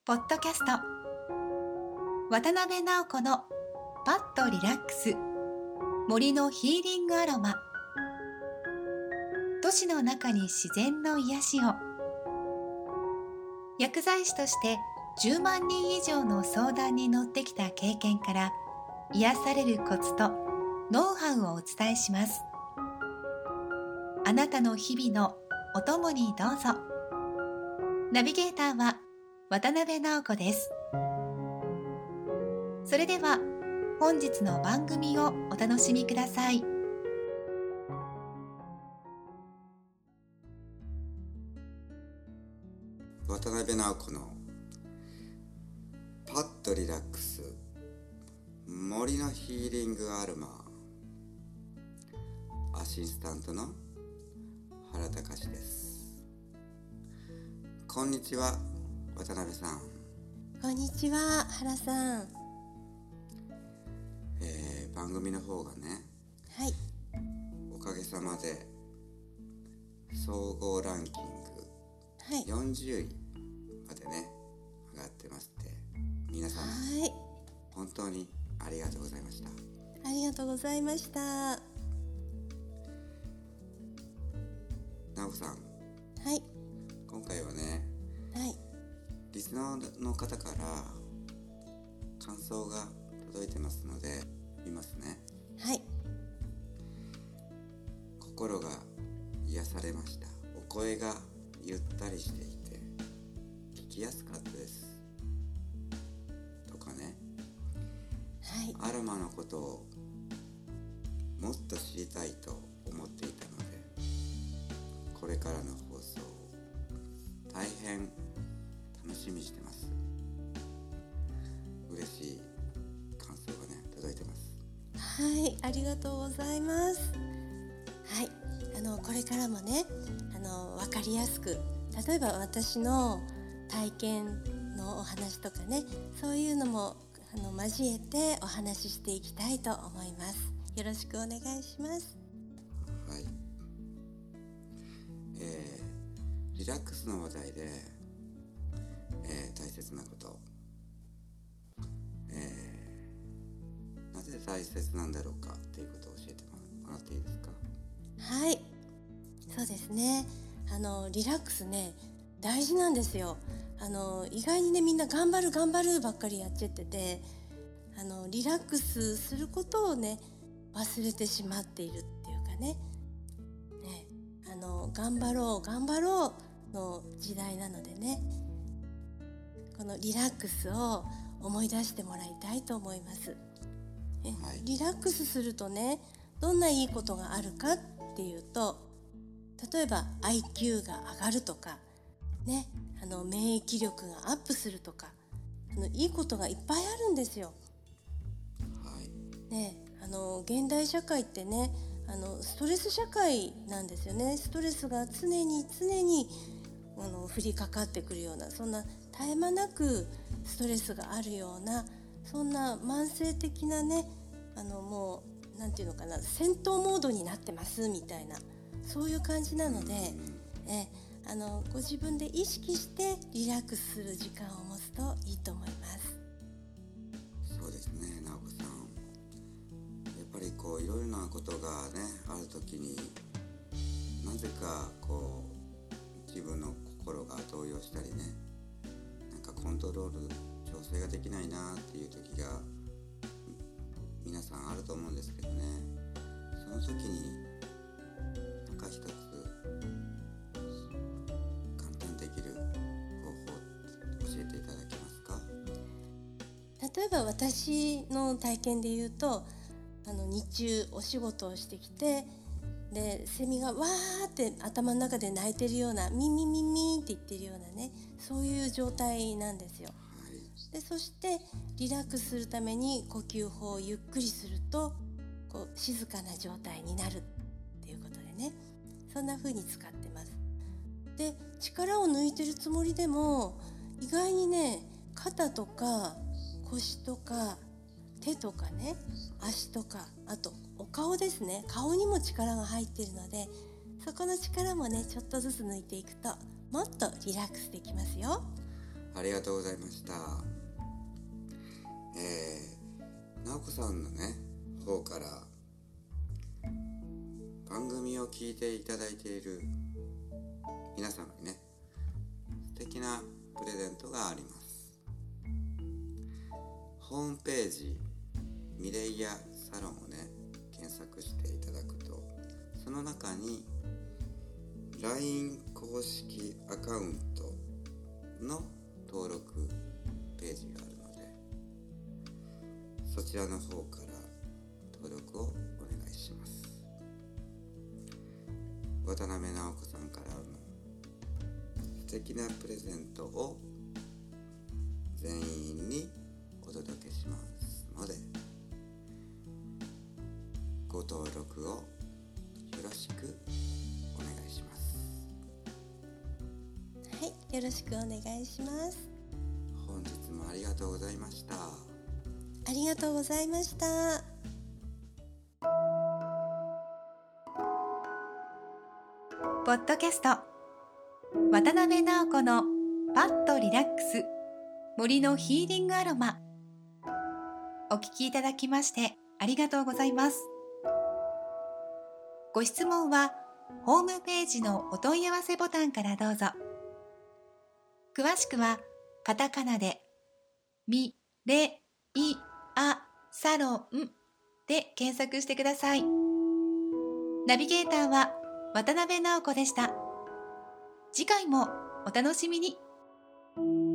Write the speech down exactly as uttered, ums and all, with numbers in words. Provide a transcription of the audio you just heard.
ポッドキャスト渡辺直子のパッとリラックス森のヒーリングアロマ。都市の中に自然の癒しを。薬剤師としてじゅうまんにん以上の相談に乗ってきた経験から癒されるコツとノウハウをお伝えします。あなたの日々のお供にどうぞ。ナビゲーターは渡辺直子です。それでは本日の番組をお楽しみください。 渡辺直子のパッとリラックス森のヒーリングアロマ。アシスタントの原隆です。こんにちは渡辺さん。 こんにちは原さん。 えー、番組の方がね、 はい、 おかげさまで総合ランキング、 はい、 よんじゅういまでね上がってまして、皆さん、 はい、 本当にありがとうございました。 ありがとうございました。 直子さん、 はい、 今回はね、 はい、 リスナーの方から感想が届いてますので見ますね。 はい。 心が癒されました。お声がゆったりしていて聞きやすかったですとかね、 はい、 アロマのことをもっと知りたいと思っていたので、これからの放送を大変楽しみにしてます。嬉しい感想がね届いてます。 はい、ありがとうございます。はい、あのこれからもね、あの分かりやすく、例えば私の体験のお話とかね、そういうのもあの交えてお話ししていきたいと思います。よろしくお願いします。 はい、えー、リラックスの話題で、えー、大切なこと、えー、なぜ大切なんだろうかっていうことを教えてもらっていいですか？ はい、そうですね。あのリラックスね、大事なんですよ。あの意外にね、みんな頑張る頑張るばっかりやっちゃってて、あのリラックスすることをね忘れてしまっているっていうかね。ね、あの頑張ろう頑張ろうの時代なのでね、このリラックスを思い出してもらいたいと思います。え、 はい、 リラックスするとね、どんないいことがあるかっていうと、例えば アイキュー が上がるとかね、あの免疫力がアップするとか、あのいいことがいっぱいあるんですよ。 はい、 ね、あの現代社会ってね、あのストレス社会なんですよね。ストレスが常に常にあの降りかかってくるような、そんな絶え間なくストレスがあるような、そんな慢性的なね、あのもうなんていうのかな、戦闘モードになってますみたいな、そういう感じなので、えあのご自分で意識してリラックスする時間を持つといいと思います。 そうですね、直子さん。やっぱりこういろいろなことがねあるときに、なぜかこう自分の心が動揺したりね、なんかコントロール調整ができないなっていう時が皆さんあると思うんですけどね、その時になんか一つ簡単にできる方法教えていただけますか？ 例えば私の体験で言うと、あの日中お仕事をしてきて、でセミがわーって頭の中で鳴いてるような、ミンミンミンミンって言ってるようなね、そういう状態なんですよ。 はい、 でそしてリラックスするために呼吸法をゆっくりすると、こう静かな状態になるっていうことでね、そんな風に使ってます。で力を抜いてるつもりでも、意外にね、肩とか腰とか手とかね、足とか、あとお顔ですね、顔にも力が入っているので、そこの力もねちょっとずつ抜いていくともっとリラックスできますよ。 あありがとうございました。えー、直子さんのね方から番組を聞いていただいている皆様にね素敵なプレゼントがあります。ホームページミレイヤサロンをね検索していただくと、その中に ライン 公式アカウントの登録ページがあるので、そちらの方から登録をお願いします。渡辺直子さんからの素敵なプレゼントを全員にお届けしますので、ご登録をよろしくお願いします。 はい、よろしくお願いします。 本日もありがとうございました。 ありがとうございました。 ポッドキャスト渡辺直子のパッとリラックス森のヒーリングアロマ、お聞きいただきましてありがとうございます。ご質問はホームページのお問い合わせボタンからどうぞ。詳しくはカタカナでミレイアサロンで検索してください。ナビゲーターは渡辺直子でした。次回もお楽しみに。